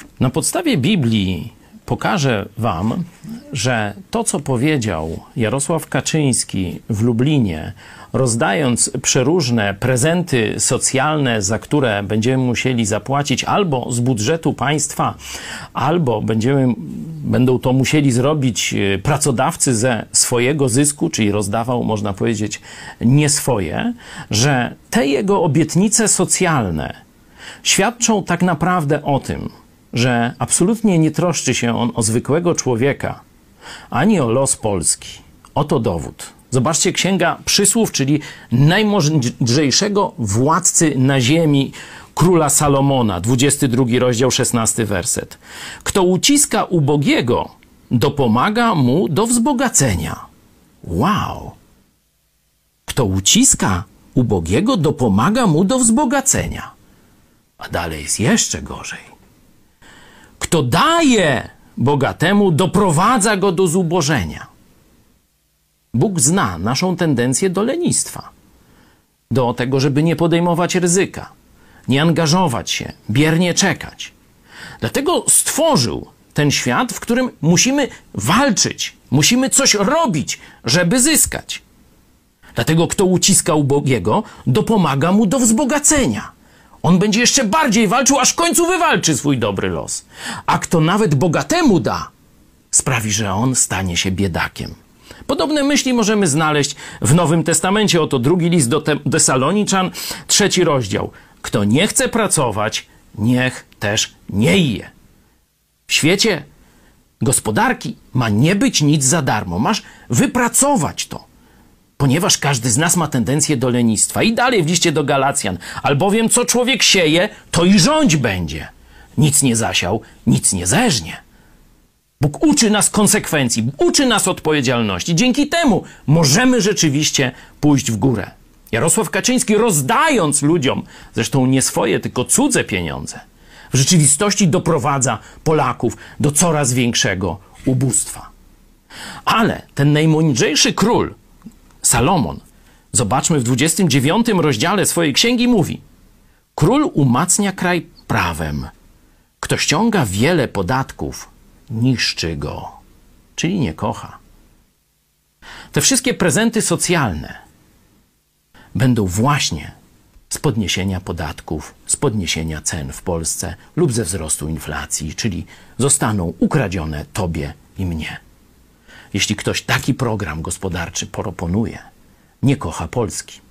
Na podstawie Biblii pokażę wam, że to, co powiedział Jarosław Kaczyński w Lublinie, rozdając przeróżne prezenty socjalne, za które będziemy musieli zapłacić albo z budżetu państwa, albo będą to musieli zrobić pracodawcy ze swojego zysku, czyli rozdawał, można powiedzieć, nie swoje, że te jego obietnice socjalne świadczą tak naprawdę o tym, że absolutnie nie troszczy się on o zwykłego człowieka, ani o los Polski. Oto dowód. Zobaczcie, Księga Przysłów, czyli najmądrzejszego władcy na ziemi, króla Salomona, 22 rozdział, 16 werset. Kto uciska ubogiego, dopomaga mu do wzbogacenia. Wow! Kto uciska ubogiego, dopomaga mu do wzbogacenia. A dalej jest jeszcze gorzej. Kto daje bogatemu, doprowadza go do zubożenia. Bóg zna naszą tendencję do lenistwa, do tego, żeby nie podejmować ryzyka, nie angażować się, biernie czekać. Dlatego stworzył ten świat, w którym musimy walczyć, musimy coś robić, żeby zyskać. Dlatego kto uciska ubogiego, dopomaga mu do wzbogacenia. On będzie jeszcze bardziej walczył, aż w końcu wywalczy swój dobry los. A kto nawet bogatemu da, sprawi, że on stanie się biedakiem. Podobne myśli możemy znaleźć w Nowym Testamencie. Oto drugi list do Tesaloniczan, 3 rozdział. Kto nie chce pracować, niech też nie je. W świecie gospodarki ma nie być nic za darmo. Masz wypracować to. Ponieważ każdy z nas ma tendencję do lenistwa. I dalej w liście do Galacjan. Albowiem co człowiek sieje, to i rządź będzie. Nic nie zasiał, nic nie zeżnie. Bóg uczy nas konsekwencji, uczy nas odpowiedzialności. Dzięki temu możemy rzeczywiście pójść w górę. Jarosław Kaczyński, rozdając ludziom, zresztą nie swoje, tylko cudze pieniądze, w rzeczywistości doprowadza Polaków do coraz większego ubóstwa. Ale ten najmądrzejszy król, Salomon, zobaczmy w 29 rozdziale swojej księgi, mówi: król umacnia kraj prawem. Kto ściąga wiele podatków, niszczy go, czyli nie kocha. Te wszystkie prezenty socjalne będą właśnie z podniesienia podatków, z podniesienia cen w Polsce lub ze wzrostu inflacji, czyli zostaną ukradzione tobie i mnie. Jeśli ktoś taki program gospodarczy proponuje, nie kocha Polski.